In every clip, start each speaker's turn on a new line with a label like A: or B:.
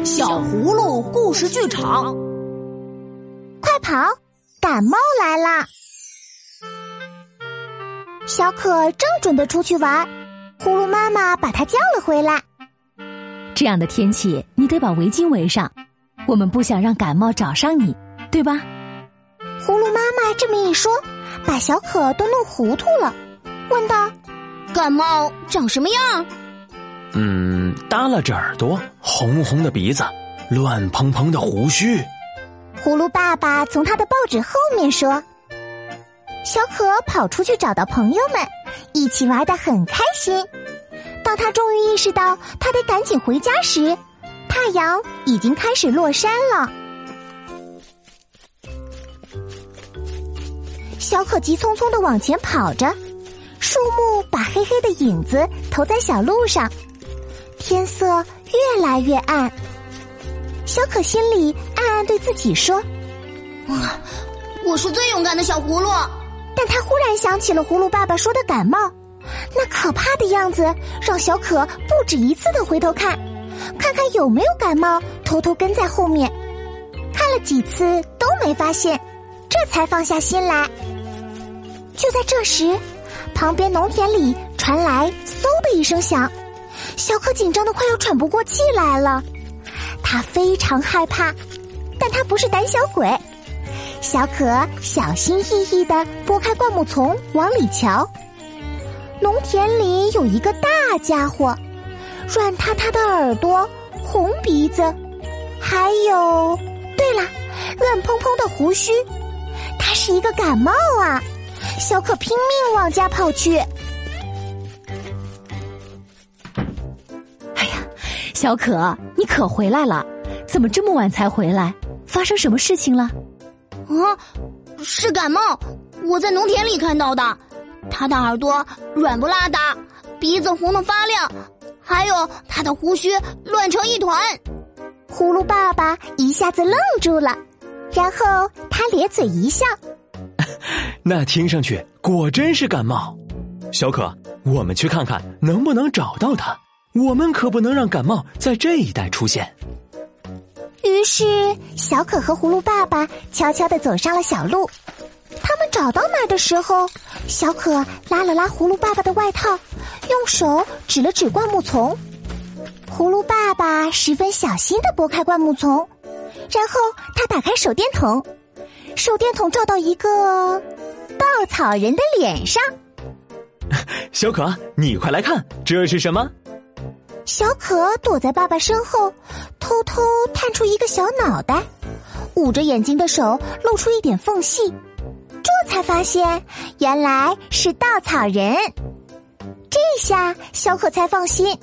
A: 小葫芦故事剧场，
B: 快跑！感冒来啦！小可正准备出去玩，葫芦妈妈把她叫了回来。
C: 这样的天气，你得把围巾围上，我们不想让感冒找上你，对吧？
B: 葫芦妈妈这么一说，把小可都弄糊涂了，问道：
D: 感冒长什么样？
E: 耷拉着耳朵，红红的鼻子，乱蓬蓬的胡须。
B: 葫芦爸爸从他的报纸后面说。小可跑出去找到朋友们，一起玩得很开心。当他终于意识到他得赶紧回家时，太阳已经开始落山了。小可急匆匆地往前跑着，树木把黑黑的影子投在小路上，天色越来越暗。小可心里暗暗对自己说：
D: 我是最勇敢的小葫芦。
B: 但他忽然想起了葫芦爸爸说的感冒，那可怕的样子让小可不止一次地回头看看有没有感冒，偷偷跟在后面。看了几次都没发现，这才放下心来。就在这时，旁边农田里传来嗖的一声响，小可紧张得快要喘不过气来了。他非常害怕，但他不是胆小鬼。小可小心翼翼地拨开灌木丛往里瞧，农田里有一个大家伙，软塌塌的耳朵，红鼻子，还有，对了，乱蓬蓬的胡须。他是一个感冒啊！小可拼命往家跑去。
C: 哎呀，小可，你可回来了？怎么这么晚才回来？发生什么事情了？
D: 是感冒，我在农田里看到的。他的耳朵软不拉哒，鼻子红得发亮，还有他的胡须乱成一团。
B: 葫芦爸爸一下子愣住了，然后他咧嘴一笑。
E: 那听上去果真是感冒。小可，我们去看看能不能找到他，我们可不能让感冒在这一带出现。
B: 于是小可和葫芦爸爸悄悄地走上了小路。他们找到那儿的时候，小可拉了拉葫芦爸爸的外套，用手指了指灌木丛。葫芦爸爸十分小心地拨开灌木丛，然后他打开手电筒，手电筒照到一个稻草人的脸上。
E: 小可，你快来看，这是什么？
B: 小可躲在爸爸身后，偷偷探出一个小脑袋，捂着眼睛的手露出一点缝隙，这才发现原来是稻草人。这下小可才放心。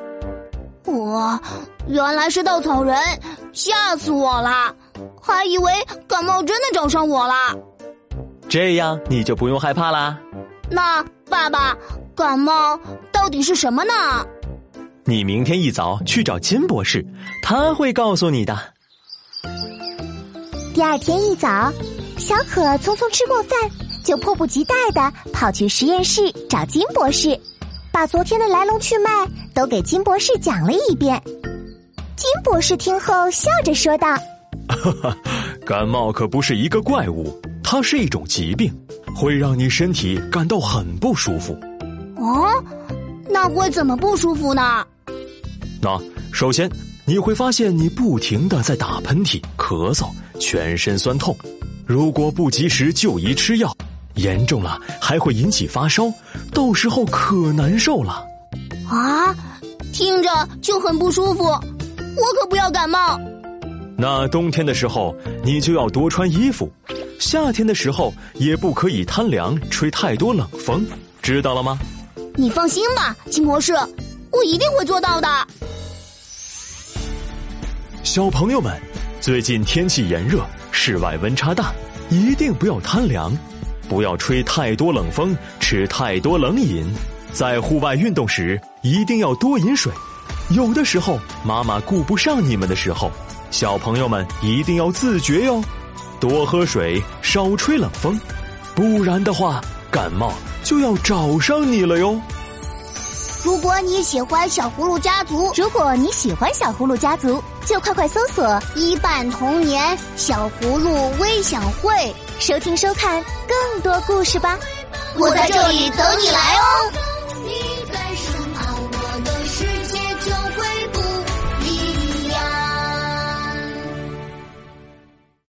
D: 原来是稻草人，吓死我了，还以为感冒真的找上我了。
E: 这样你就不用害怕啦。
D: 那爸爸，感冒到底是什么呢？
E: 你明天一早去找金博士，他会告诉你的。
B: 第二天一早，小可匆匆吃过饭，就迫不及待地跑去实验室找金博士，把昨天的来龙去脉都给金博士讲了一遍。金博士听后笑着说道：
E: 感冒可不是一个怪物，它是一种疾病，会让你身体感到很不舒服。
D: 那会怎么不舒服呢？
E: 那首先你会发现你不停地在打喷嚏、咳嗽，全身酸痛。如果不及时就医吃药，严重了还会引起发烧，到时候可难受了。
D: 听着就很不舒服，我可不要感冒。
E: 那冬天的时候你就要多穿衣服，夏天的时候也不可以贪凉，吹太多冷风，知道了吗？
D: 你放心吧，金博士，我一定会做到的。
E: 小朋友们，最近天气炎热，室外温差大，一定不要贪凉，不要吹太多冷风，吃太多冷饮。在户外运动时一定要多饮水，有的时候妈妈顾不上你们的时候，小朋友们一定要自觉哟，多喝水，少吹冷风，不然的话感冒就要找上你了哟。
D: 如如果你喜欢小葫芦家族，
B: 如果你喜欢小葫芦家族，就快快搜索
D: 一伴童年小葫芦微享会，
B: 收听收看更多故事吧。
D: 我在这里等你来哦。